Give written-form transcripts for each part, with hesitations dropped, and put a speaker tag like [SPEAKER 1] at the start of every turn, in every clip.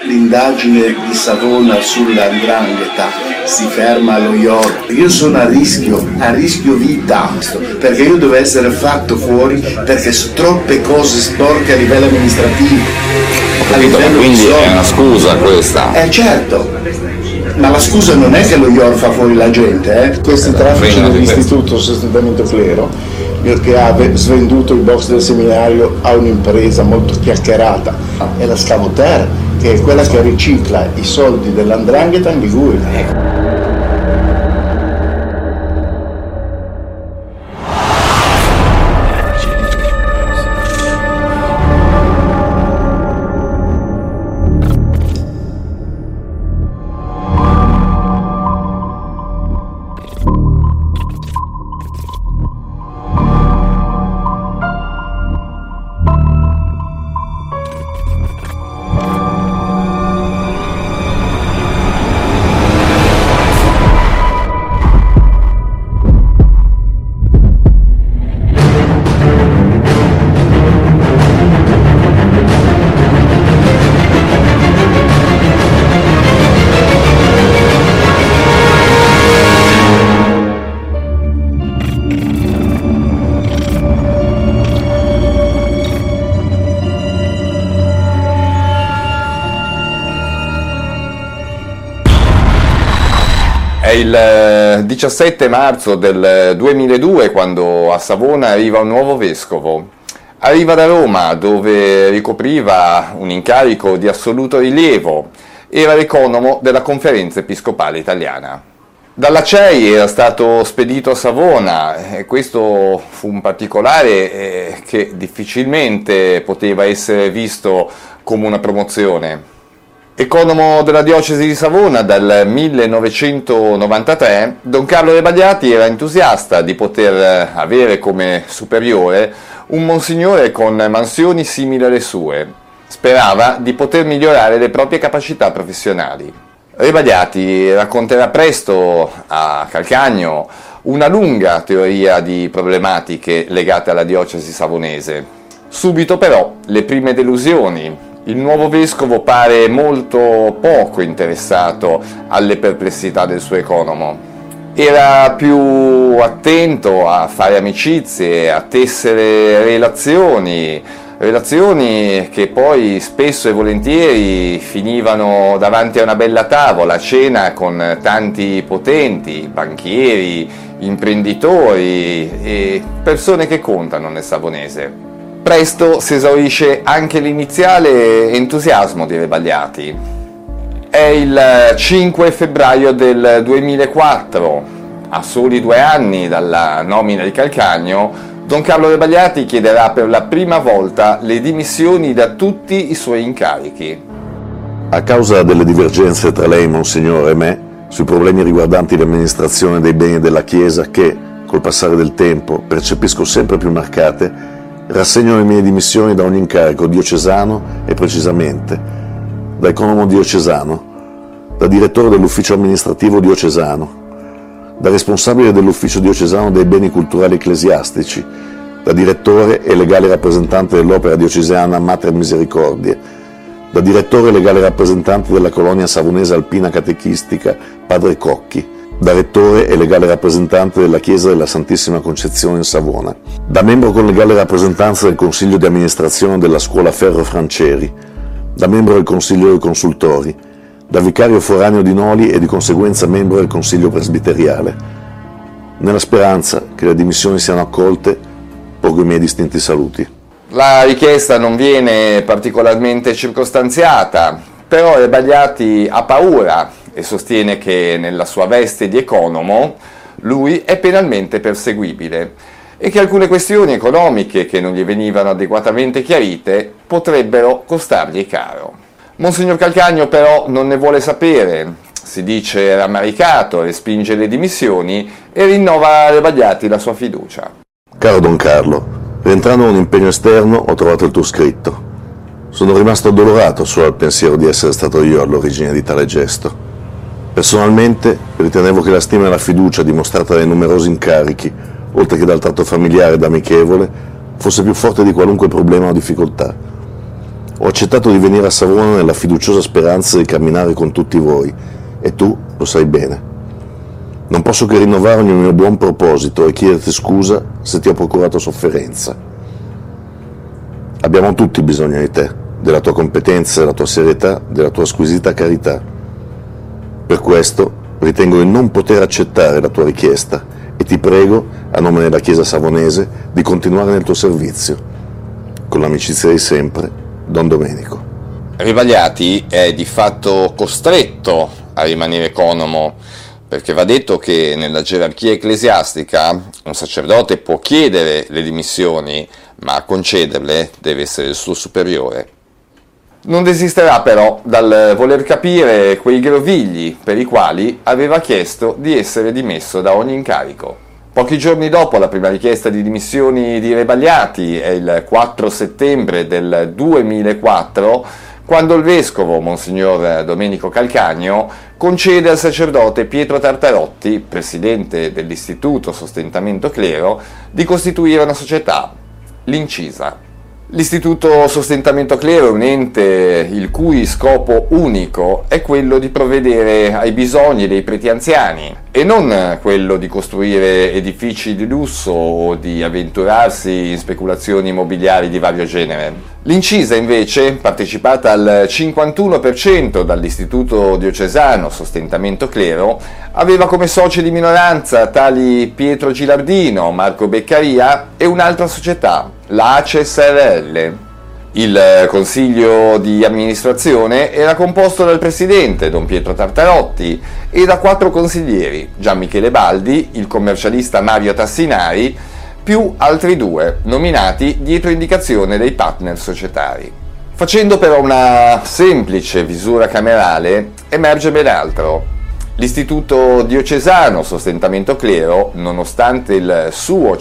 [SPEAKER 1] l'indagine di Savona sulla 'ndrangheta si ferma allo IOR. Io sono a rischio vita, perché io devo essere fatto fuori perché troppe cose sporche a livello amministrativo.
[SPEAKER 2] Ho capito, ma quindi è una scusa questa?
[SPEAKER 1] Certo, ma la scusa non è che lo IOR fa fuori la gente,
[SPEAKER 3] Questi traffici dell'Istituto Sostentamento Clero, che ha svenduto il box del seminario a un'impresa molto chiacchierata, è la Scavoter, che è quella che ricicla i soldi dell''ndrangheta in Liguria.
[SPEAKER 2] Il 17 marzo del 2002, quando a Savona arriva un nuovo vescovo. Arriva da Roma, dove ricopriva un incarico di assoluto rilievo. Era l'economo della Conferenza Episcopale Italiana. Dalla CEI era stato spedito a Savona, e questo fu un particolare che difficilmente poteva essere visto come una promozione. Economo della diocesi di Savona dal 1993, Don Carlo Rebagliati era entusiasta di poter avere come superiore un monsignore con mansioni simili alle sue. Sperava di poter migliorare le proprie capacità professionali. Rebagliati racconterà presto a Calcagno una lunga teoria di problematiche legate alla diocesi savonese. Subito però le prime delusioni. Il nuovo vescovo pare molto poco interessato alle perplessità del suo economo. Era più attento a fare amicizie, a tessere relazioni che poi spesso e volentieri finivano davanti a una bella tavola, a cena con tanti potenti, banchieri, imprenditori e persone che contano nel savonese. Presto si esaurisce anche l'iniziale entusiasmo di Rebagliati. È il 5 febbraio del 2004, a soli 2 anni dalla nomina di Calcagno, Don Carlo Rebagliati chiederà per la prima volta le dimissioni da tutti i suoi incarichi.
[SPEAKER 4] A causa delle divergenze tra lei, Monsignore, e me, sui problemi riguardanti l'amministrazione dei beni della Chiesa che, col passare del tempo, percepisco sempre più marcate, rassegno le mie dimissioni da ogni incarico diocesano e precisamente da economo diocesano, da direttore dell'ufficio amministrativo diocesano, da responsabile dell'ufficio diocesano dei beni culturali ecclesiastici, da direttore e legale rappresentante dell'opera diocesana Mater Misericordiae, da direttore e legale rappresentante della colonia savonese alpina catechistica Padre Cocchi, da rettore e legale rappresentante della Chiesa della Santissima Concezione in Savona, da membro con legale rappresentanza del Consiglio di amministrazione della Scuola Ferro Franceri, da membro del Consiglio dei Consultori, da vicario foraneo di Noli e di conseguenza membro del Consiglio Presbiteriale. Nella speranza che le dimissioni siano accolte, porgo i miei distinti saluti.
[SPEAKER 2] La richiesta non viene particolarmente circostanziata, però Rebagliati ha paura e sostiene che nella sua veste di economo lui è penalmente perseguibile e che alcune questioni economiche che non gli venivano adeguatamente chiarite potrebbero costargli caro. Monsignor Calcagno però non ne vuole sapere, si dice rammaricato, respinge le dimissioni e rinnova a Rebagliati la sua fiducia.
[SPEAKER 4] Caro Don Carlo, rientrando da un impegno esterno ho trovato il tuo scritto. Sono rimasto addolorato solo al pensiero di essere stato io all'origine di tale gesto. Personalmente ritenevo che la stima e la fiducia dimostrata dai numerosi incarichi, oltre che dal tratto familiare ed amichevole, fosse più forte di qualunque problema o difficoltà. Ho accettato di venire a Savona nella fiduciosa speranza di camminare con tutti voi, e tu lo sai bene. Non posso che rinnovare ogni mio buon proposito e chiederti scusa se ti ho procurato sofferenza. Abbiamo tutti bisogno di te, della tua competenza, della tua serietà, della tua squisita carità. Per questo ritengo di non poter accettare la tua richiesta e ti prego, a nome della Chiesa savonese, di continuare nel tuo servizio. Con l'amicizia di sempre, Don Domenico.
[SPEAKER 2] Rebagliati è di fatto costretto a rimanere economo, perché va detto che nella gerarchia ecclesiastica un sacerdote può chiedere le dimissioni, ma a concederle deve essere il suo superiore. Non desisterà però dal voler capire quei grovigli per i quali aveva chiesto di essere dimesso da ogni incarico. Pochi giorni dopo la prima richiesta di dimissioni di Rebagliati, è il 4 settembre del 2004, quando il vescovo, Monsignor Domenico Calcagno, concede al sacerdote Pietro Tartarotti, presidente dell'Istituto Sostentamento Clero, di costituire una società, l'Incisa. L'Istituto Sostentamento Clero è un ente il cui scopo unico è quello di provvedere ai bisogni dei preti anziani e non quello di costruire edifici di lusso o di avventurarsi in speculazioni immobiliari di vario genere. L'Incisa invece, partecipata al 51% dall'Istituto Diocesano Sostentamento Clero, aveva come soci di minoranza tali Pietro Gilardino, Marco Beccaria e un'altra società, la ACE SRL. Il consiglio di amministrazione era composto dal presidente, Don Pietro Tartarotti, e da 4 consiglieri, Gian Michele Baldi, il commercialista Mario Tassinari, più altri 2, nominati dietro indicazione dei partner societari. Facendo però una semplice visura camerale, emerge ben altro. L'Istituto Diocesano Sostentamento Clero, nonostante il suo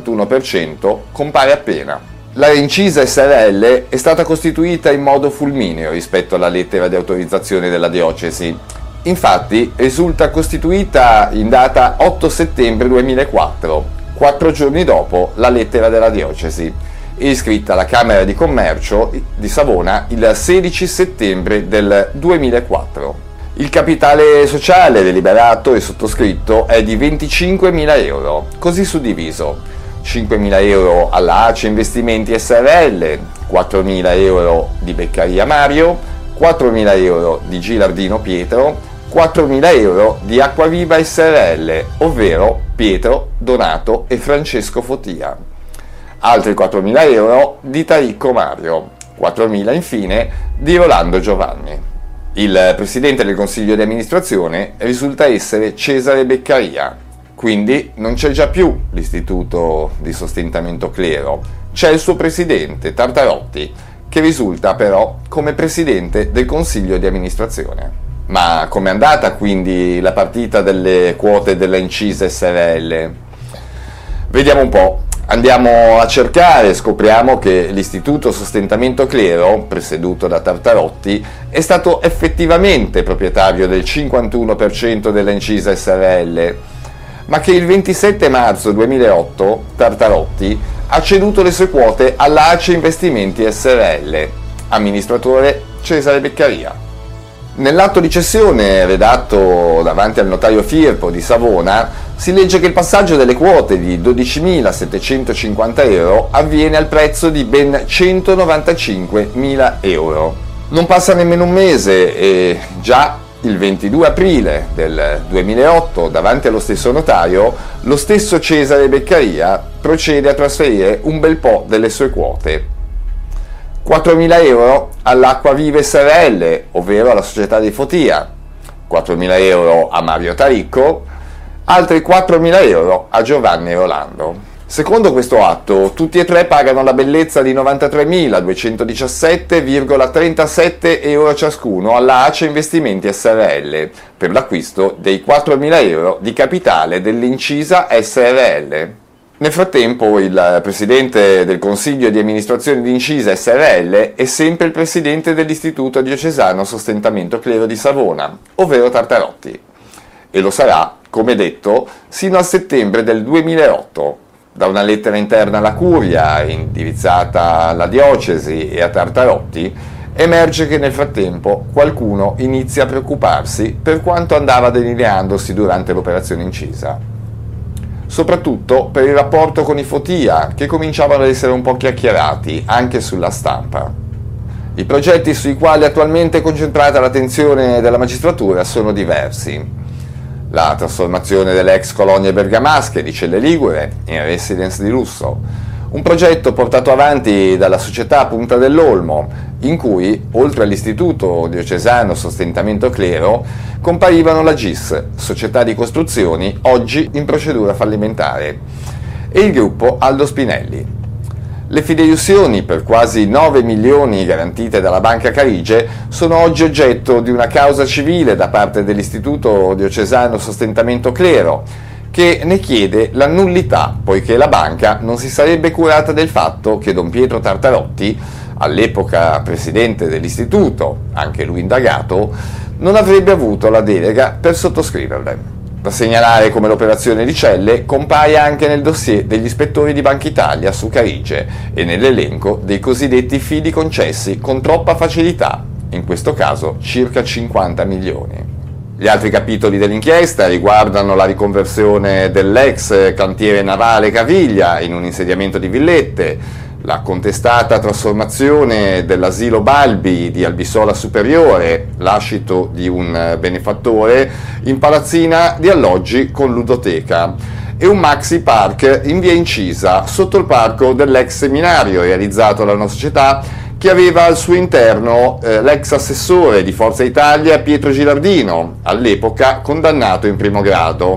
[SPEAKER 2] 51%, compare appena. La Incisa SRL è stata costituita in modo fulmineo rispetto alla lettera di autorizzazione della diocesi. Infatti risulta costituita in data 8 settembre 2004, 4 giorni dopo la lettera della diocesi, e iscritta alla Camera di Commercio di Savona il 16 settembre del 2004. Il capitale sociale deliberato e sottoscritto è di 25.000 euro, così suddiviso: 5.000 euro alla ACE Investimenti SRL, 4.000 euro di Beccaria Mario, 4.000 euro di Gilardino Pietro, 4.000 euro di Acquaviva SRL, ovvero Pietro, Donato e Francesco Fotia. Altri 4.000 euro di Taricco Mario, 4.000 infine di Rolando Giovanni. Il presidente del consiglio di amministrazione risulta essere Cesare Beccaria, quindi non c'è già più l'Istituto di Sostentamento Clero, c'è il suo presidente, Tartarotti, che risulta però come presidente del consiglio di amministrazione. Ma com'è andata quindi la partita delle quote della Incisa SRL? Vediamo un po'. Andiamo a cercare e scopriamo che l'Istituto Sostentamento Clero, presieduto da Tartarotti, è stato effettivamente proprietario del 51% della Incisa SRL, ma che il 27 marzo 2008 Tartarotti ha ceduto le sue quote alla ACE Investimenti SRL, amministratore Cesare Beccaria. Nell'atto di cessione redatto davanti al notaio Firpo di Savona si legge che il passaggio delle quote di 12.750 euro avviene al prezzo di ben 195.000 euro. Non passa nemmeno un mese e già il 22 aprile del 2008, davanti allo stesso notaio, lo stesso Cesare Beccaria procede a trasferire un bel po' delle sue quote. 4.000 euro all'Acquaviva SRL, ovvero alla società di Fotia, 4.000 euro a Mario Taricco, altri 4.000 euro a Giovanni Rolando. Secondo questo atto, tutti e tre pagano la bellezza di 93.217,37 euro ciascuno alla ACE Investimenti SRL per l'acquisto dei 4.000 euro di capitale dell'Incisa SRL. Nel frattempo il presidente del consiglio di amministrazione di Incisa SRL è sempre il presidente dell'Istituto Diocesano Sostentamento Clero di Savona, ovvero Tartarotti, e lo sarà, come detto, sino al settembre del 2008, Da una lettera interna alla Curia, indirizzata alla diocesi e a Tartarotti, emerge che nel frattempo qualcuno inizia a preoccuparsi per quanto andava delineandosi durante l'operazione Incisa. Soprattutto per il rapporto con i Fotia, che cominciavano ad essere un po' chiacchierati anche sulla stampa. I progetti sui quali attualmente è concentrata l'attenzione della magistratura sono diversi. La trasformazione delle ex colonie bergamasche di Celle Ligure in residence di lusso, un progetto portato avanti dalla società Punta dell'Olmo, in cui, oltre all'Istituto Diocesano Sostentamento Clero, comparivano la GIS, società di costruzioni, oggi in procedura fallimentare, e il gruppo Aldo Spinelli. Le fideiussioni per quasi 9 milioni garantite dalla Banca Carige sono oggi oggetto di una causa civile da parte dell'Istituto Diocesano Sostentamento Clero, che ne chiede la nullità, poiché la banca non si sarebbe curata del fatto che Don Pietro Tartarotti, all'epoca presidente dell'istituto, anche lui indagato, non avrebbe avuto la delega per sottoscriverle. Da segnalare come l'operazione di Celle compaia anche nel dossier degli ispettori di Banca Italia su Carige e nell'elenco dei cosiddetti fidi concessi con troppa facilità, in questo caso circa 50 milioni. Gli altri capitoli dell'inchiesta riguardano la riconversione dell'ex cantiere navale Caviglia in un insediamento di villette, la contestata trasformazione dell'asilo Balbi di Albisola Superiore, lascito di un benefattore, in palazzina di alloggi con ludoteca, e un maxi park in via Incisa, sotto il parco dell'ex seminario, realizzato da una società che aveva al suo interno l'ex assessore di Forza Italia Pietro Gilardino, all'epoca condannato in primo grado,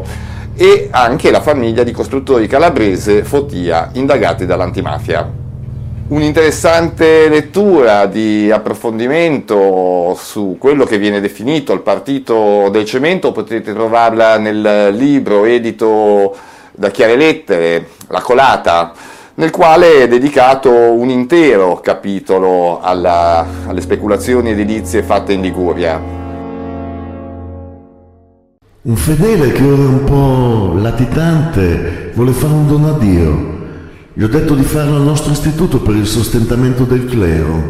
[SPEAKER 2] e anche la famiglia di costruttori calabrese Fotia, indagati dall'antimafia. Un'interessante lettura di approfondimento su quello che viene definito il partito del cemento potete trovarla nel libro edito da Chiare Lettere, La Colata, nel quale è dedicato un intero capitolo alle speculazioni edilizie fatte in Liguria.
[SPEAKER 5] Un fedele che ora è un po' latitante vuole fare un dono a Dio. Gli ho detto di farlo al nostro istituto per il sostentamento del clero.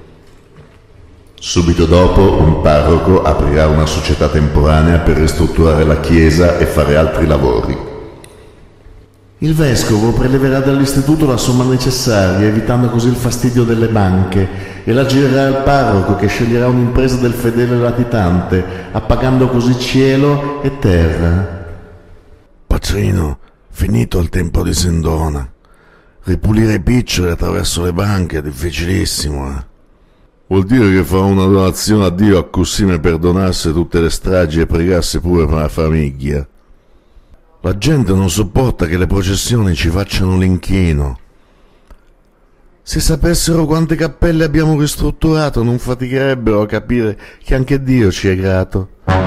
[SPEAKER 5] Subito dopo un parroco aprirà una società temporanea per ristrutturare la chiesa e fare altri lavori. Il vescovo preleverà dall'istituto la somma necessaria, evitando così il fastidio delle banche, e la girerà al parroco, che sceglierà un'impresa del fedele latitante, appagando così cielo e terra.
[SPEAKER 3] Patrino, finito il tempo di Sendona. Ripulire i piccioli attraverso le banche è difficilissimo, Vuol dire che farò una donazione a Dio a così mi perdonasse tutte le stragi e pregasse pure per la famiglia. La gente non sopporta che le processioni ci facciano l'inchino. Se sapessero quante cappelle abbiamo ristrutturato non faticherebbero a capire che anche Dio ci è grato.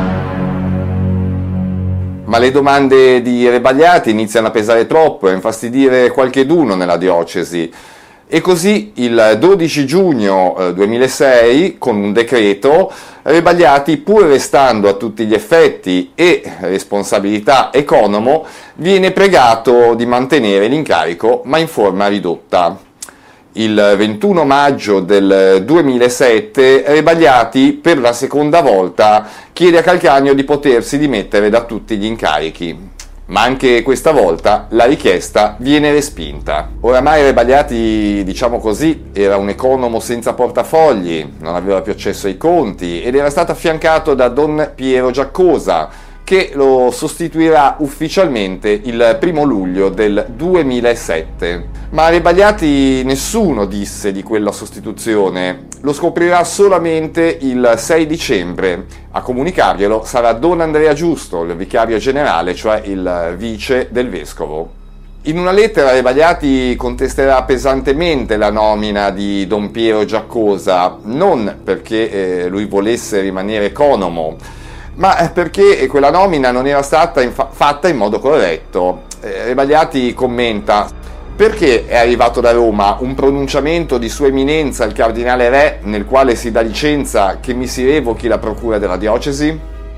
[SPEAKER 2] Ma le domande di Rebagliati iniziano a pesare troppo e a infastidire qualcheduno nella diocesi. E così il 12 giugno 2006, con un decreto, Rebagliati, pur restando a tutti gli effetti e responsabilità economo, viene pregato di mantenere l'incarico, ma in forma ridotta. Il 21 maggio del 2007 Rebagliati per la seconda volta chiede a Calcagno di potersi dimettere da tutti gli incarichi, ma anche questa volta la richiesta viene respinta. Oramai Rebagliati, diciamo così, era un economo senza portafogli, non aveva più accesso ai conti ed era stato affiancato da Don Piero Giaccosa, che lo sostituirà ufficialmente il 1 luglio del 2007. Ma a Rebagliati nessuno disse di quella sostituzione, lo scoprirà solamente il 6 dicembre. A comunicarglielo sarà Don Andrea Giusto, il vicario generale, cioè il vice del vescovo. In una lettera Rebagliati contesterà pesantemente la nomina di Don Piero Giaccosa, non perché lui volesse rimanere economo, ma perché quella nomina non era stata fatta in modo corretto. Rebagliati commenta: perché è arrivato da Roma un pronunciamento di Sua Eminenza il Cardinale Re nel quale si dà licenza che mi si revochi la procura della diocesi?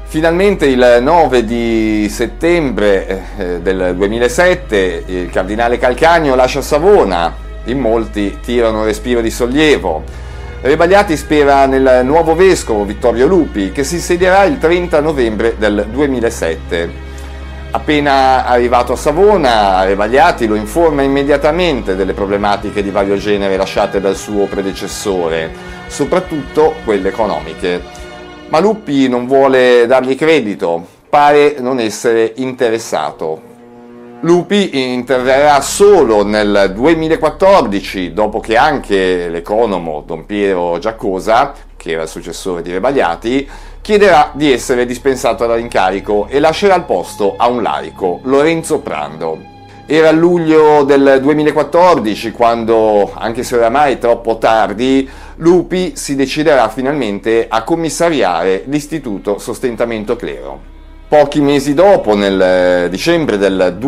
[SPEAKER 2] Finalmente il 9 di settembre del 2007 il cardinale Calcagno lascia Savona, in molti tirano un respiro di sollievo. Rebagliati spera nel nuovo vescovo Vittorio Lupi, che si insedierà il 30 novembre del 2007. Appena arrivato a Savona, Rebagliati lo informa immediatamente delle problematiche di vario genere lasciate dal suo predecessore, soprattutto quelle economiche. Ma Lupi non vuole dargli credito, pare non essere interessato. Lupi interverrà solo nel 2014, dopo che anche l'economo Don Piero Giacosa, che era il successore di Rebagliati, chiederà di essere dispensato dall'incarico e lascerà il posto a un laico, Lorenzo Prando. Era a luglio del 2014 quando, anche se oramai troppo tardi, Lupi si deciderà finalmente a commissariare l'Istituto Sostentamento Clero. Pochi mesi dopo, nel dicembre del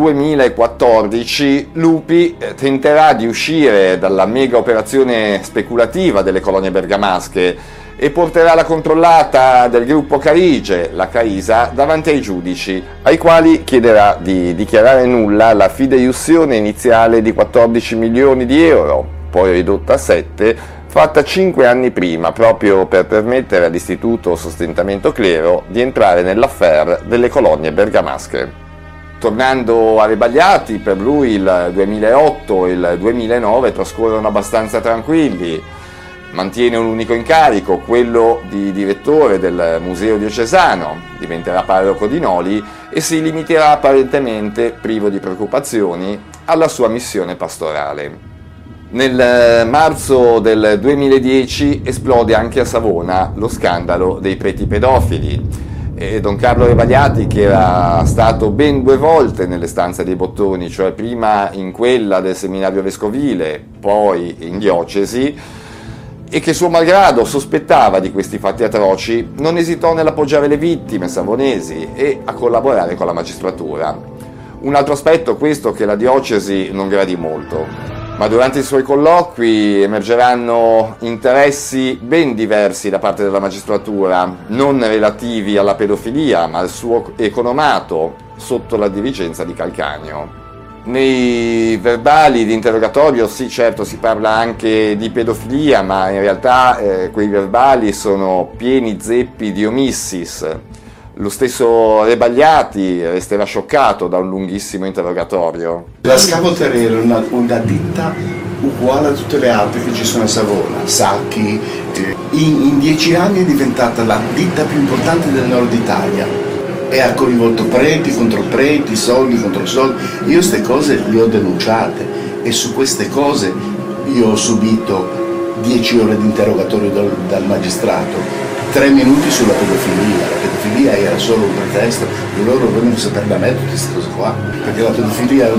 [SPEAKER 2] 2014, Lupi tenterà di uscire dalla mega operazione speculativa delle colonie bergamasche e porterà la controllata del gruppo Carige, la Caisa, davanti ai giudici, ai quali chiederà di dichiarare nulla la fideiussione iniziale di 14 milioni di euro, poi ridotta a 7, fatta 5 anni prima, proprio per permettere all'Istituto Sostentamento Clero di entrare nell'affaire delle colonie bergamasche. Tornando a Rebagliati, per lui il 2008 e il 2009 trascorrono abbastanza tranquilli. Mantiene un unico incarico, quello di direttore del Museo Diocesano, diventerà parroco di Noli e si limiterà apparentemente, privo di preoccupazioni, alla sua missione pastorale. Nel marzo del 2010 esplode anche a Savona lo scandalo dei preti pedofili e Don Carlo Rebagliati, che era stato ben 2 volte nelle stanze dei bottoni, cioè prima in quella del seminario vescovile, poi in diocesi, e che suo malgrado sospettava di questi fatti atroci, non esitò nell'appoggiare le vittime savonesi e a collaborare con la magistratura. Un altro aspetto questo che la diocesi non gradì molto, ma durante i suoi colloqui emergeranno interessi ben diversi da parte della magistratura, non relativi alla pedofilia, ma al suo economato sotto la dirigenza di Calcagno. Nei verbali di interrogatorio sì, certo, si parla anche di pedofilia, ma in realtà quei verbali sono pieni zeppi di omissis. Lo stesso Rebagliati resterà scioccato da un lunghissimo interrogatorio.
[SPEAKER 1] La Scavo Terre era una ditta uguale a tutte le altre che ci sono a Savona, Sacchi. In 10 anni è diventata la ditta più importante del nord Italia. E ha coinvolto preti contro preti, soldi contro soldi. Io queste cose le ho denunciate e su queste cose io ho subito 10 ore di interrogatorio dal magistrato, 3 minuti sulla pedofilia. La pedofilia era solo un pretesto e loro volevano sapere da me tutte queste cose qua, perché la pedofilia,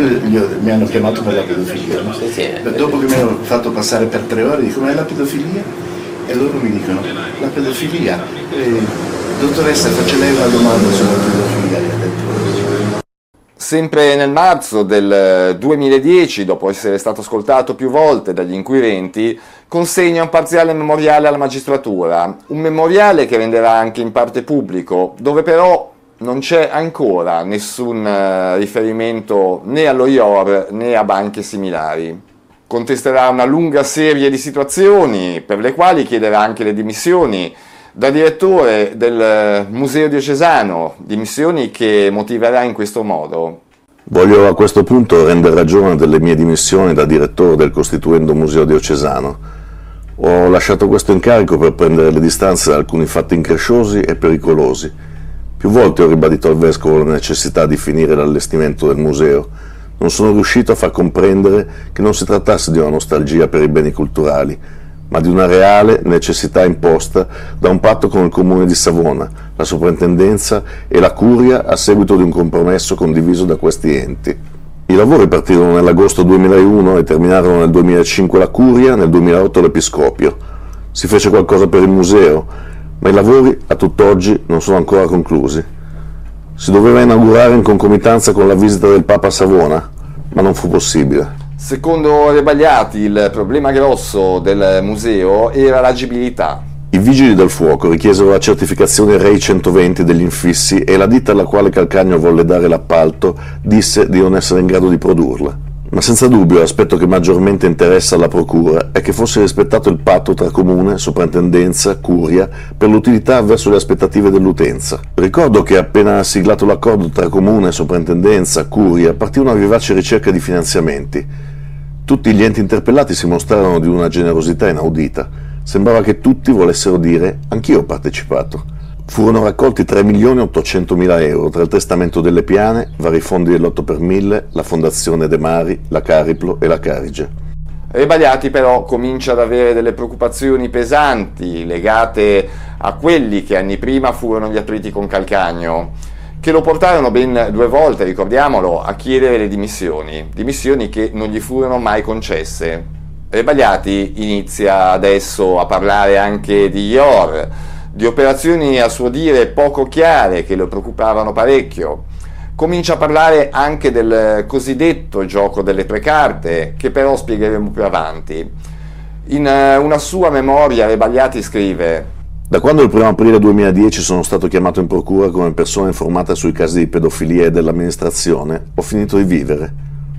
[SPEAKER 1] mi hanno chiamato per la pedofilia, no? Dopo che mi hanno fatto passare per 3 ore dico: ma è la pedofilia? E loro mi dicono: la pedofilia. Dottoressa, faccia lei una domanda sulla pedofilia, gli ha detto.
[SPEAKER 2] Sempre nel marzo del 2010, dopo essere stato ascoltato più volte dagli inquirenti, consegna un parziale memoriale alla magistratura, un memoriale che renderà anche in parte pubblico, dove però non c'è ancora nessun riferimento né allo IOR né a banche similari. Contesterà una lunga serie di situazioni per le quali chiederà anche le dimissioni da direttore del Museo Diocesano, dimissioni che motiverà in questo modo.
[SPEAKER 4] Voglio a questo punto rendere ragione delle mie dimissioni da direttore del costituendo Museo Diocesano. Ho lasciato questo incarico per prendere le distanze da alcuni fatti incresciosi e pericolosi. Più volte ho ribadito al Vescovo la necessità di finire l'allestimento del museo. Non sono riuscito a far comprendere che non si trattasse di una nostalgia per i beni culturali, ma di una reale necessità imposta da un patto con il Comune di Savona, la Soprintendenza e la Curia a seguito di un compromesso condiviso da questi enti. I lavori partirono nell'agosto 2001 e terminarono nel 2005 la Curia, nel 2008 l'Episcopio. Si fece qualcosa per il museo, ma i lavori a tutt'oggi non sono ancora conclusi. Si doveva inaugurare in concomitanza con la visita del Papa a Savona, ma non fu possibile.
[SPEAKER 2] Secondo Rebagliati il problema grosso del museo era l'agibilità.
[SPEAKER 4] I vigili del fuoco richiesero la certificazione REI 120 degli infissi e la ditta alla quale Calcagno volle dare l'appalto disse di non essere in grado di produrla. Ma senza dubbio l'aspetto che maggiormente interessa alla Procura è che fosse rispettato il patto tra Comune, Soprintendenza, Curia per l'utilità verso le aspettative dell'utenza. Ricordo che appena siglato l'accordo tra Comune, Soprintendenza, Curia partì una vivace ricerca di finanziamenti. Tutti gli enti interpellati si mostrarono di una generosità inaudita. Sembrava che tutti volessero dire «anch'io ho partecipato». Furono raccolti 3.800.000 euro tra il testamento delle Piane, vari fondi dell'8 per 1000, la Fondazione De Mari, la Cariplo e la Carige.
[SPEAKER 2] Rebagliati però comincia ad avere delle preoccupazioni pesanti legate a quelli che anni prima furono gli attriti con Calcagno, che lo portarono ben 2 volte, ricordiamolo, a chiedere le dimissioni che non gli furono mai concesse. Rebagliati inizia adesso a parlare anche di IOR, di operazioni a suo dire poco chiare che lo preoccupavano parecchio. Comincia a parlare anche del cosiddetto gioco delle 3 carte, che però spiegheremo più avanti. In una sua memoria Rebagliati scrive:
[SPEAKER 4] Da quando il 1 aprile 2010 sono stato chiamato in procura come persona informata sui casi di pedofilia e dell'amministrazione, ho finito di vivere.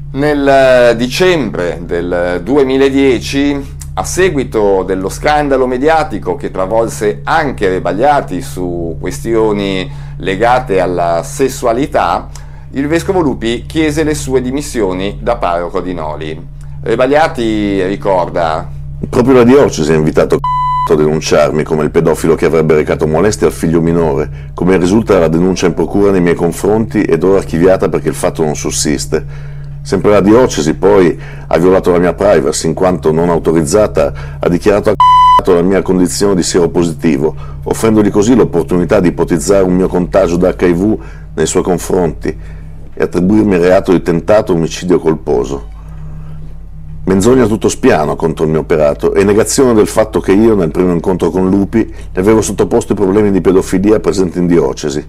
[SPEAKER 2] Nel dicembre del 2010, a seguito dello scandalo mediatico che travolse anche Rebagliati su questioni legate alla sessualità, il vescovo Lupi chiese le sue dimissioni da parroco di Noli. Rebagliati ricorda:
[SPEAKER 4] Proprio la diocesi ha invitato a denunciarmi come il pedofilo che avrebbe recato molestie al figlio minore, come risulta dalla denuncia in procura nei miei confronti ed ora archiviata perché il fatto non sussiste. Sempre la diocesi poi ha violato la mia privacy in quanto non autorizzata ha dichiarato a la mia condizione di sieropositivo, offrendogli così l'opportunità di ipotizzare un mio contagio da HIV nei suoi confronti e attribuirmi il reato di tentato omicidio colposo. Menzogna tutto spiano contro il mio operato e negazione del fatto che io, nel primo incontro con Lupi, le avevo sottoposto i problemi di pedofilia presenti in diocesi.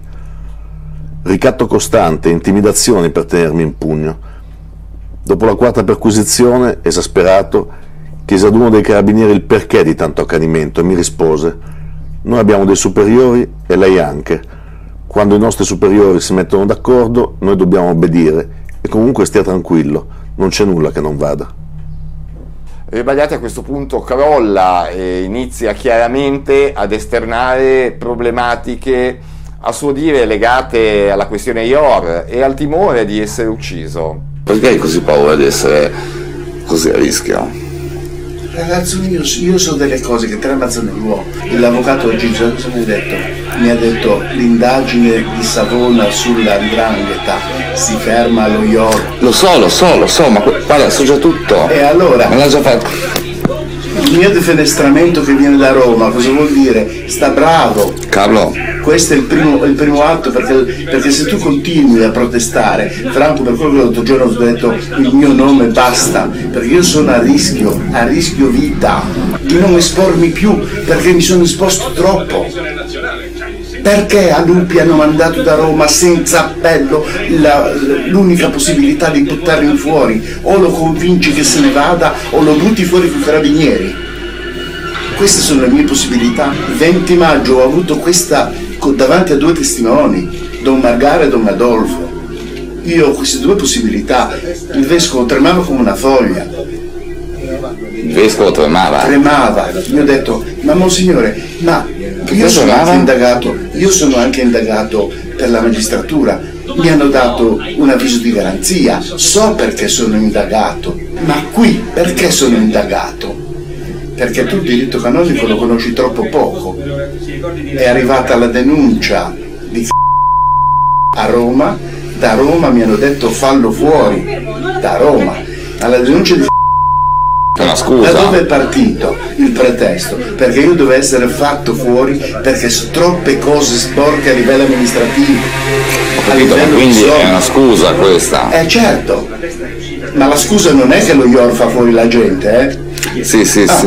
[SPEAKER 4] Ricatto costante, intimidazioni per tenermi in pugno. Dopo la 4ª perquisizione, esasperato, chiese ad uno dei carabinieri il perché di tanto accanimento e mi rispose: noi abbiamo dei superiori e lei anche. Quando i nostri superiori si mettono d'accordo, noi dobbiamo obbedire e comunque stia tranquillo, non c'è nulla che non vada.
[SPEAKER 2] Rebagliati a questo punto crolla e inizia chiaramente ad esternare problematiche a suo dire legate alla questione IOR e al timore di essere ucciso.
[SPEAKER 6] Perché hai così paura di essere così a rischio?
[SPEAKER 1] Ragazzo mio, io so delle cose che te le ammazzano l'uomo. L'avvocato oggi cosa mi ha detto l'indagine di Savona sulla 'ndrangheta si ferma allo IOR.
[SPEAKER 6] Lo so, ma guarda, so già tutto.
[SPEAKER 1] E allora?
[SPEAKER 6] Me l'ha già fatto.
[SPEAKER 1] Il mio defenestramento che viene da Roma, cosa vuol dire? Sta bravo.
[SPEAKER 6] Carlo.
[SPEAKER 1] Questo è il primo atto, perché se tu continui a protestare, Franco, per quello che l'altro giorno ho detto il mio nome basta, perché io sono a rischio vita, di non espormi più, perché mi sono esposto troppo. Perché a Lupi hanno mandato da Roma senza appello l'unica possibilità di buttarmi fuori? O lo convinci che se ne vada o lo butti fuori con i carabinieri. Queste sono le mie possibilità. Il 20 maggio ho avuto questa davanti a 2 testimoni, Don Margara e Don Adolfo. Io ho queste 2 possibilità. Il vescovo tremava come una foglia.
[SPEAKER 6] Il vescovo tremava?
[SPEAKER 1] Tremava. Mi ho detto: ma Monsignore, ma io sono anche indagato per la magistratura, mi hanno dato un avviso di garanzia, so perché sono indagato, ma qui perché sono indagato? Perché tu il diritto canonico lo conosci troppo poco. È arrivata la denuncia di a Roma, da Roma mi hanno detto fallo fuori, da Roma, alla denuncia di
[SPEAKER 6] una scusa.
[SPEAKER 1] Da dove è partito il pretesto? Perché io dovevo essere fatto fuori perché troppe cose sporche a livello amministrativo.
[SPEAKER 6] Ho capito, ma quindi è una scusa questa?
[SPEAKER 1] Certo, ma la scusa non è che lo IOR fa fuori la gente,
[SPEAKER 6] Sì.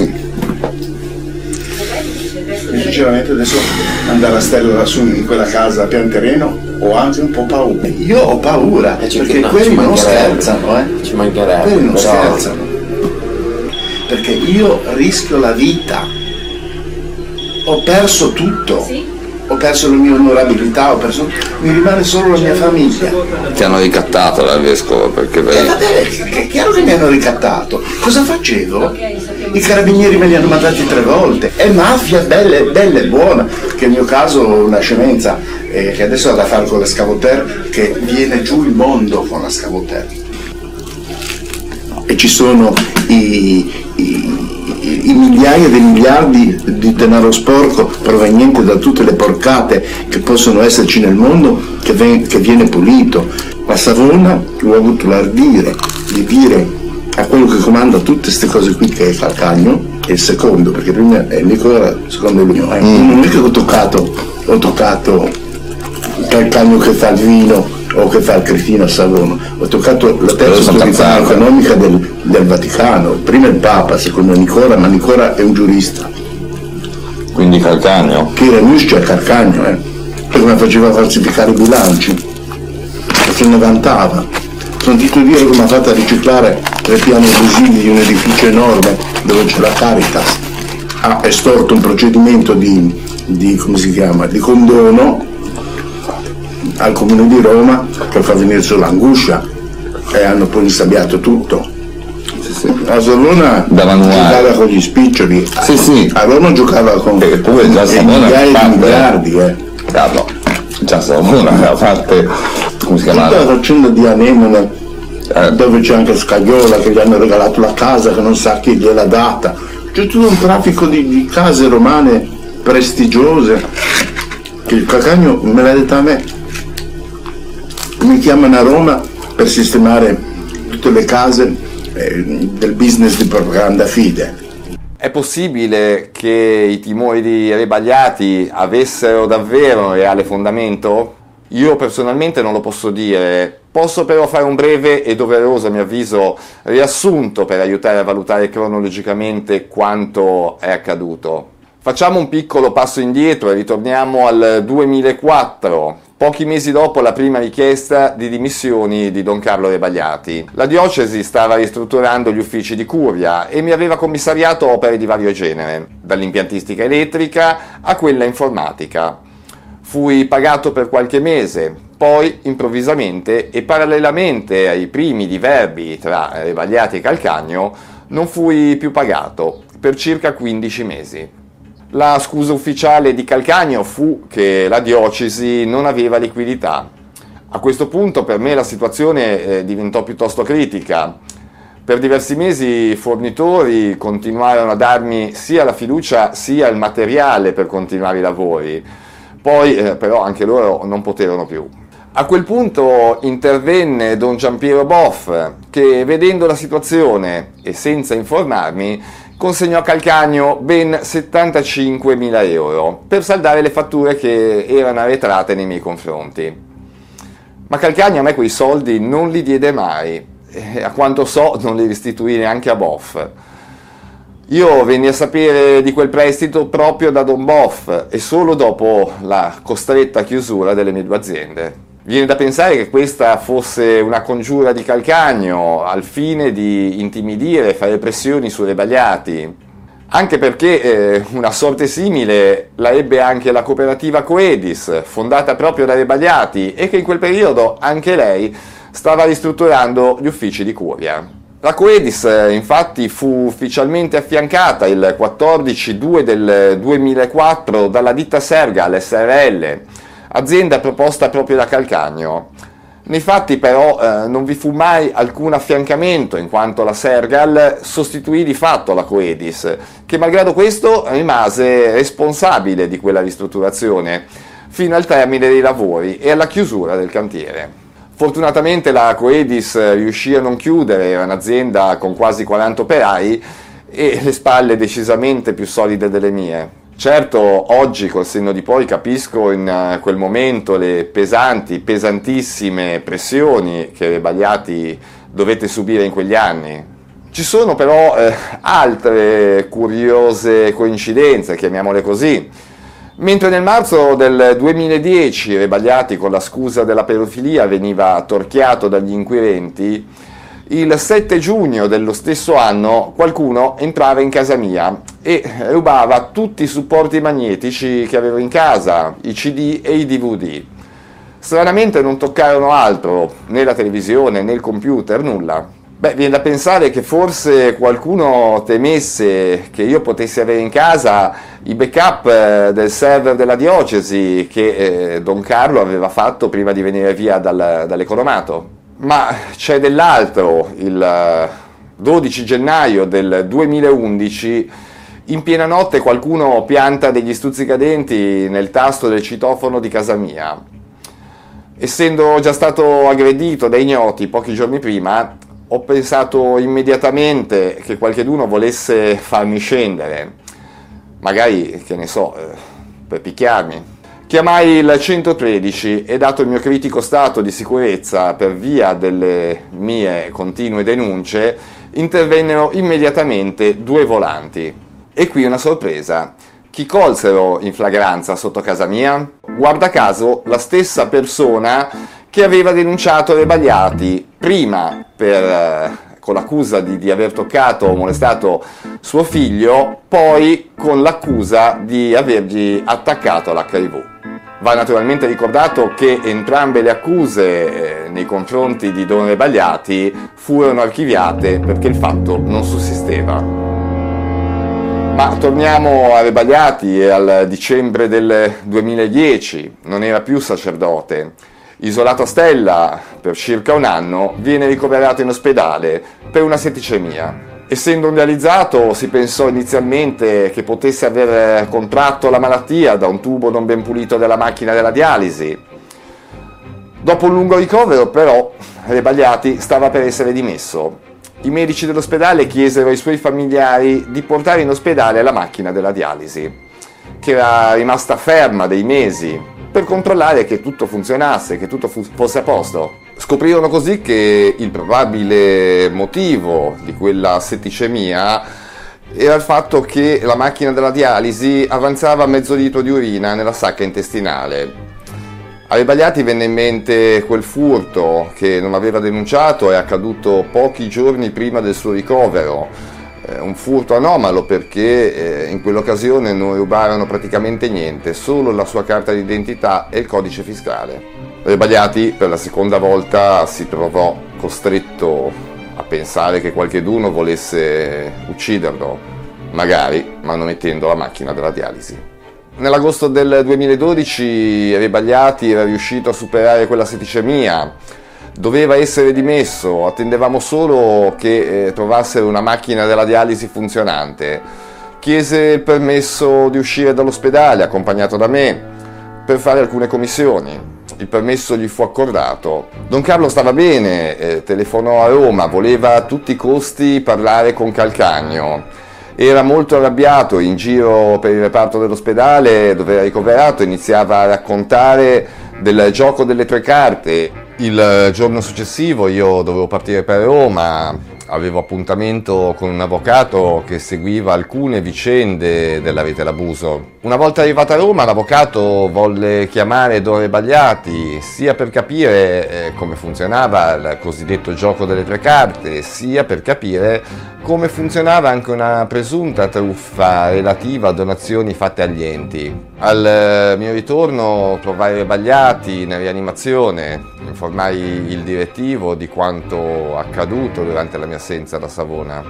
[SPEAKER 1] Sinceramente adesso andare a stare lassù in quella casa a pian terreno ho anche un po' paura. Io ho paura, perché quelli non scherzano,
[SPEAKER 6] Ci mancherebbe.
[SPEAKER 1] Quelli non scherzano. Perché io rischio la vita. ho perso tutto, ho perso la mia onorabilità, mi rimane solo la mia famiglia.
[SPEAKER 6] Ti hanno ricattato dal vescovo perché lei...
[SPEAKER 1] Vabbè, è chiaro che mi hanno ricattato. Cosa facevo? I carabinieri me li hanno mandati 3 volte. È mafia bella e buona, che nel mio caso è una scemenza, che adesso ha da fare con la Scavoter, che viene giù il mondo con la Scavoter. E ci sono i migliaia di miliardi di denaro sporco proveniente da tutte le porcate che possono esserci nel mondo, che viene pulito. Ma Savona ho avuto l'ardire di dire a quello che comanda tutte queste cose qui, che è Calcagno, è il secondo, perché prima è Nicola, secondo è lui. Non è che ho toccato Calcagno che fa il vino o che fa il cretino a Savona, ho toccato la terza autorità economica del Vaticano, prima il Papa, secondo Nicola, ma Nicola è un giurista.
[SPEAKER 6] Quindi Calcagno?
[SPEAKER 1] Che era Nuscia Calcagno, come faceva falsificare i bilanci, se ne vantava. Ho sentito dire come ha fatto a riciclare 3 piani abusivi di un edificio enorme dove c'è la Caritas. Ha estorto un procedimento di come si chiama, di condono al Comune di Roma, che fa venire sull'angoscia, e hanno poi insabbiato tutto. A Savona giocava con gli spiccioli, a Roma giocava con migliaia di miliardi.
[SPEAKER 6] Carlo, già Savona aveva fatte, come si chiamava?
[SPEAKER 1] Tutta la faccenda di Anemone, dove c'è anche Scagliola che gli hanno regalato la casa che non sa chi gliel'ha data. C'è tutto un traffico di case romane prestigiose, che il Calcagno me l'ha detto a me. Mi chiamano a Roma per sistemare tutte le case del business di propaganda fide.
[SPEAKER 2] È possibile che i timori di Rebagliati avessero davvero un reale fondamento? Io personalmente non lo posso dire, posso però fare un breve e doveroso, a mio avviso, riassunto per aiutare a valutare cronologicamente quanto è accaduto. Facciamo un piccolo passo indietro e ritorniamo al 2004, pochi mesi dopo la prima richiesta di dimissioni di Don Carlo Rebagliati. La diocesi stava ristrutturando gli uffici di curia e mi aveva commissariato opere di vario genere, dall'impiantistica elettrica a quella informatica. Fui pagato per qualche mese, poi improvvisamente e parallelamente ai primi diverbi tra Rebagliati e Calcagno non fui più pagato per circa 15 mesi. La scusa ufficiale di Calcagno fu che la diocesi non aveva liquidità. A questo punto per me la situazione diventò piuttosto critica. Per diversi mesi i fornitori continuarono a darmi sia la fiducia sia il materiale per continuare i lavori. Poi però anche loro non poterono più. A quel punto intervenne Don Giampiero Boff, che vedendo la situazione e senza informarmi consegnò a Calcagno ben 75.000 euro per saldare le fatture che erano arretrate nei miei confronti. Ma Calcagno a me quei soldi non li diede mai, e a quanto so non li restituì neanche a Boff. Io venni a sapere di quel prestito proprio da Don Boff e solo dopo la costretta chiusura delle mie 2 aziende. Viene da pensare che questa fosse una congiura di Calcagno al fine di intimidire e fare pressioni su Rebagliati, anche perché una sorte simile la ebbe anche la cooperativa Coedis, fondata proprio da Rebagliati e che in quel periodo anche lei stava ristrutturando gli uffici di curia. La Coedis infatti fu ufficialmente affiancata il 14/2 del 2004 dalla ditta Sergal SRL, azienda proposta proprio da Calcagno. Nei fatti però non vi fu mai alcun affiancamento, in quanto la Sergal sostituì di fatto la Coedis, che malgrado questo rimase responsabile di quella ristrutturazione fino al termine dei lavori e alla chiusura del cantiere. Fortunatamente la Coedis riuscì a non chiudere, era un'azienda con quasi 40 operai e le spalle decisamente più solide delle mie. Certo, oggi col senno di poi capisco in quel momento le pesantissime pressioni che Rebagliati dovette subire in quegli anni. Ci sono però altre curiose coincidenze, chiamiamole così. Mentre nel marzo del 2010 Rebagliati, con la scusa della pedofilia, veniva torchiato dagli inquirenti, il 7 giugno dello stesso anno qualcuno entrava in casa mia e rubava tutti i supporti magnetici che avevo in casa, i CD e i DVD. Stranamente non toccarono altro, né la televisione né il computer, nulla. Viene da pensare che forse qualcuno temesse che io potessi avere in casa i backup del server della diocesi che Don Carlo aveva fatto prima di venire via dall'economato. Ma c'è dell'altro. Il 12 gennaio del 2011, in piena notte, qualcuno pianta degli stuzzicadenti nel tasto del citofono di casa mia. Essendo già stato aggredito da ignoti pochi giorni prima, ho pensato immediatamente che qualcheduno volesse farmi scendere, magari, che ne so, per picchiarmi. Chiamai il 113 e, dato il mio critico stato di sicurezza per via delle mie continue denunce, intervennero immediatamente 2 volanti. E qui una sorpresa. Chi colsero in flagranza sotto casa mia? Guarda caso la stessa persona che aveva denunciato Rebagliati, prima con l'accusa di aver toccato o molestato suo figlio, poi con l'accusa di avergli attaccato l'HIV. Va naturalmente ricordato che entrambe le accuse nei confronti di Don Rebagliati furono archiviate perché il fatto non sussisteva. Ma torniamo a Rebagliati e al dicembre del 2010, non era più sacerdote. Isolato a Stella per circa un anno, viene ricoverato in ospedale per una setticemia. Essendo un dializzato, si pensò inizialmente che potesse aver contratto la malattia da un tubo non ben pulito della macchina della dialisi. Dopo un lungo ricovero, però, Rebagliati stava per essere dimesso. I medici dell'ospedale chiesero ai suoi familiari di portare in ospedale la macchina della dialisi, che era rimasta ferma dei mesi, per controllare che tutto funzionasse, che tutto fosse a posto. Scoprirono così che il probabile motivo di quella setticemia era il fatto che la macchina della dialisi avanzava mezzo litro di urina nella sacca intestinale. A Rebagliati venne in mente quel furto che non aveva denunciato, è accaduto pochi giorni prima del suo ricovero. Un furto anomalo perché in quell'occasione non rubarono praticamente niente, solo la sua carta d'identità e il codice fiscale. Rebagliati per la seconda volta si trovò costretto a pensare che qualcheduno volesse ucciderlo, magari manomettendo la macchina della dialisi. Nell'agosto del 2012 Rebagliati era riuscito a superare quella setticemia. Doveva essere dimesso, attendevamo solo che trovassero una macchina della dialisi funzionante. Chiese il permesso di uscire dall'ospedale, accompagnato da me, per fare alcune commissioni. Il permesso gli fu accordato. Don Carlo stava bene, telefonò a Roma, voleva a tutti i costi parlare con Calcagno. Era molto arrabbiato, in giro per il reparto dell'ospedale dove era ricoverato, iniziava a raccontare del gioco delle 3 carte. Il giorno successivo io dovevo partire per Roma, avevo appuntamento con un avvocato che seguiva alcune vicende della rete d'abuso. Una volta arrivato a Roma, l'avvocato volle chiamare Don Rebagliati sia per capire come funzionava il cosiddetto gioco delle 3 carte, sia per capire come funzionava anche una presunta truffa relativa a donazioni fatte agli enti. Al mio ritorno trovai Rebagliati in rianimazione, informai il direttivo di quanto accaduto durante la mia assenza da Savona.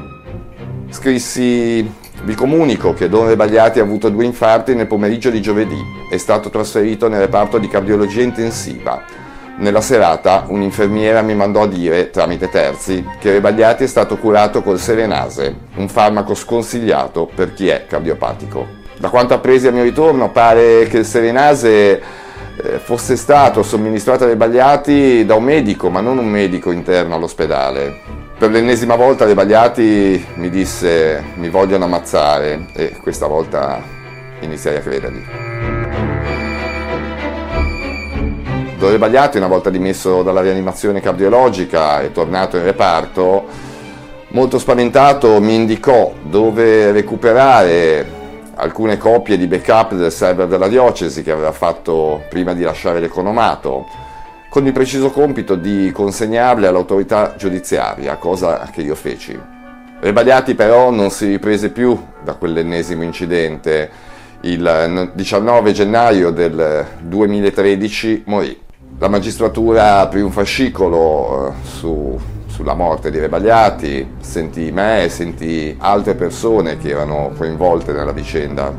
[SPEAKER 2] Scrissi: vi comunico che Don Rebagliati ha avuto 2 infarti nel pomeriggio di giovedì, è stato trasferito nel reparto di cardiologia intensiva. Nella serata un'infermiera mi mandò a dire, tramite terzi, che Rebagliati è stato curato col Serenase, un farmaco sconsigliato per chi è cardiopatico. Da quanto appresi al mio ritorno, pare che il Serenase fosse stato somministrato a Rebagliati da un medico, ma non un medico interno all'ospedale. Per l'ennesima volta Rebagliati mi disse: mi vogliono ammazzare, e questa volta iniziai a credergli. Don Rebagliati, una volta dimesso dalla rianimazione cardiologica e tornato in reparto, molto spaventato mi indicò dove recuperare alcune copie di backup del server della diocesi che aveva fatto prima di lasciare l'economato, con il preciso compito di consegnarle all'autorità giudiziaria, cosa che io feci. Rebagliati però non si riprese più da quell'ennesimo incidente. Il 19 gennaio del 2013 morì. La magistratura aprì un fascicolo sulla morte di Rebagliati, sentì me e sentì altre persone che erano coinvolte nella vicenda.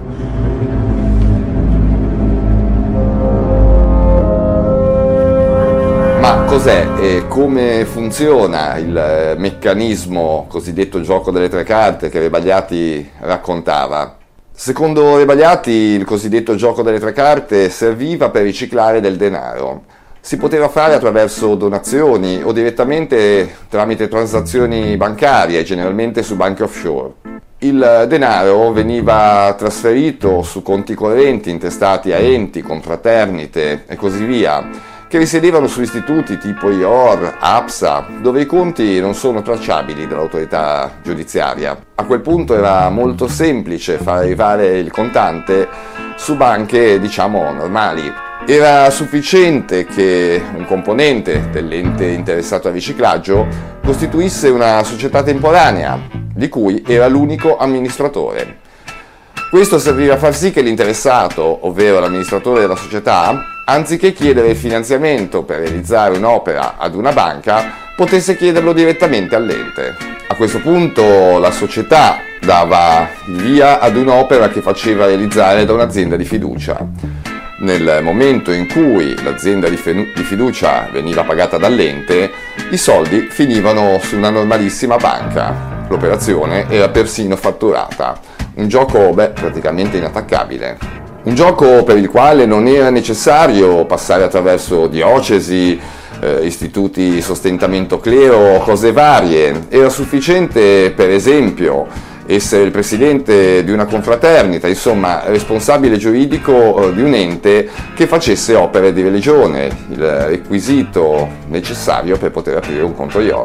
[SPEAKER 2] Ma cos'è e come funziona il meccanismo cosiddetto gioco delle tre carte che Rebagliati raccontava? Secondo Rebagliati il cosiddetto gioco delle tre carte serviva per riciclare del denaro. Si poteva fare attraverso donazioni o direttamente tramite transazioni bancarie, generalmente su banche offshore. Il denaro veniva trasferito su conti correnti intestati a enti, confraternite e così via, che risiedevano su istituti tipo IOR, APSA, dove i conti non sono tracciabili dall'autorità giudiziaria. A quel punto era molto semplice far arrivare il contante su banche, diciamo, normali. Era sufficiente che un componente dell'ente interessato al riciclaggio costituisse una società temporanea, di cui era l'unico amministratore. Questo serviva a far sì che l'interessato, ovvero l'amministratore della società, anziché chiedere il finanziamento per realizzare un'opera ad una banca, potesse chiederlo direttamente all'ente. A questo punto la società dava il via ad un'opera che faceva realizzare da un'azienda di fiducia. Nel momento in cui l'azienda di fiducia veniva pagata dall'ente, i soldi finivano su una normalissima banca. L'operazione era persino fatturata. Un gioco, praticamente inattaccabile. Un gioco per il quale non era necessario passare attraverso diocesi, istituti di sostentamento clero, cose varie. Era sufficiente, per esempio, essere il presidente di una confraternita, insomma, responsabile giuridico di un ente che facesse opere di religione, il requisito necessario per poter aprire un conto IOR.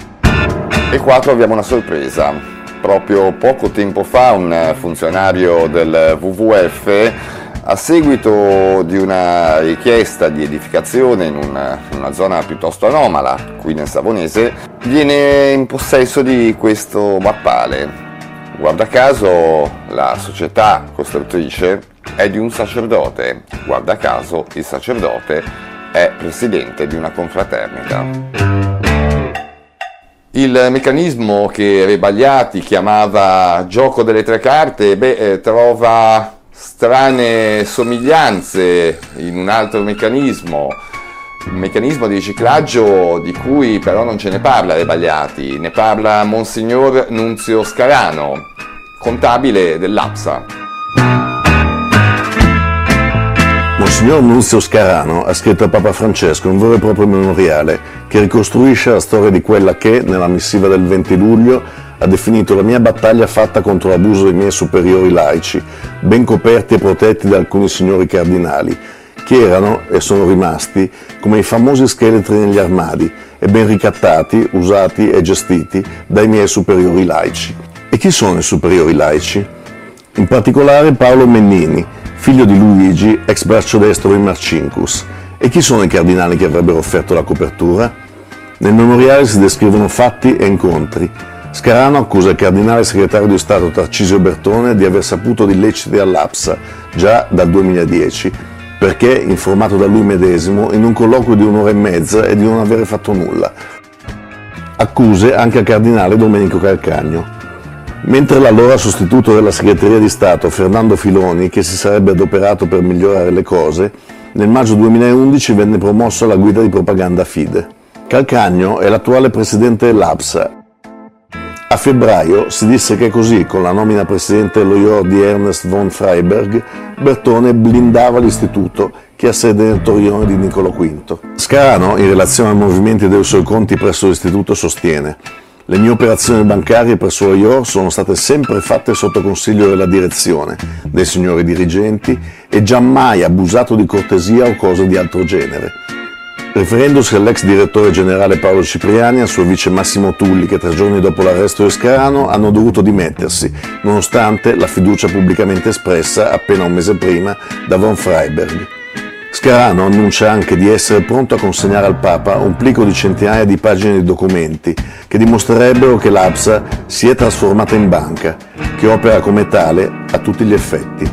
[SPEAKER 2] E qua troviamo una sorpresa. Proprio poco tempo fa un funzionario del WWF, a seguito di una richiesta di edificazione in una zona piuttosto anomala, qui nel Savonese, viene in possesso di questo mappale. Guarda caso la società costruttrice è di un sacerdote, guarda caso il sacerdote è presidente di una confraternita. Il meccanismo che Rebagliati chiamava gioco delle tre carte, trova strane somiglianze in un altro meccanismo, un meccanismo di riciclaggio di cui però non ce ne parla Rebagliati, ne parla Monsignor Nunzio Scarano, contabile dell'APSA.
[SPEAKER 4] Monsignor Nunzio Scarano ha scritto a Papa Francesco un vero e proprio memoriale che ricostruisce la storia di quella che, nella missiva del 20 luglio, ha definito la mia battaglia fatta contro l'abuso dei miei superiori laici, ben coperti e protetti da alcuni signori cardinali, che erano e sono rimasti come i famosi scheletri negli armadi e ben ricattati, usati e gestiti dai miei superiori laici. E chi sono i superiori laici? In particolare Paolo Mennini, figlio di Luigi, ex braccio destro di Marcinkus. E chi sono i cardinali che avrebbero offerto la copertura? Nel memoriale si descrivono fatti e incontri. Scarano accusa il cardinale segretario di Stato Tarcisio Bertone di aver saputo di illeciti all'APSA già dal 2010, perché, informato da lui medesimo, in un colloquio di un'ora e mezza e di non avere fatto nulla. Accuse anche al cardinale Domenico Calcagno. Mentre l'allora sostituto della segreteria di Stato, Fernando Filoni, che si sarebbe adoperato per migliorare le cose, nel maggio 2011 venne promosso alla guida di propaganda Fide. Calcagno è l'attuale presidente dell'APSA. A febbraio si disse che così, con la nomina presidente dello IOR di Ernest von Freiberg, Bertone blindava l'istituto che ha sede nel Torrione di Niccolò V. Scarano, in relazione ai movimenti dei suoi conti presso l'istituto, sostiene: le mie operazioni bancarie presso lo IOR sono state sempre fatte sotto consiglio della direzione, dei signori dirigenti, e giammai abusato di cortesia o cose di altro genere. Riferendosi all'ex direttore generale Paolo Cipriani e al suo vice Massimo Tulli, che 3 giorni dopo l'arresto di Scarano hanno dovuto dimettersi, nonostante la fiducia pubblicamente espressa appena un mese prima da von Freiberg. Scarano annuncia anche di essere pronto a consegnare al Papa un plico di centinaia di pagine di documenti che dimostrerebbero che l'ABSA si è trasformata in banca, che opera come tale a tutti gli effetti.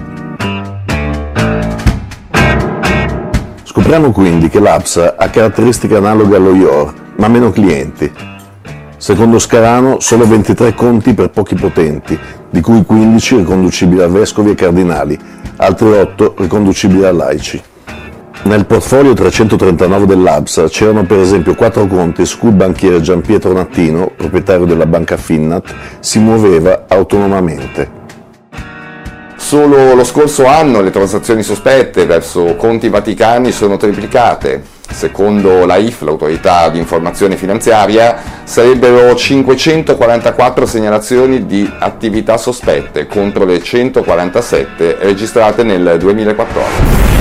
[SPEAKER 4] Scopriamo quindi che l'ABSA ha caratteristiche analoghe allo IOR, ma meno clienti. Secondo Scarano, solo 23 conti per pochi potenti, di cui 15 riconducibili a vescovi e cardinali, altri 8 riconducibili a laici. Nel portfolio 339 dell'ABSA c'erano per esempio 4 conti su cui il banchiere Gianpietro Nattino, proprietario della banca Finnat, si muoveva autonomamente.
[SPEAKER 2] Solo lo scorso anno le transazioni sospette verso conti vaticani sono triplicate. Secondo l'AIF, l'autorità di informazione finanziaria, sarebbero 544 segnalazioni di attività sospette contro le 147 registrate nel 2014.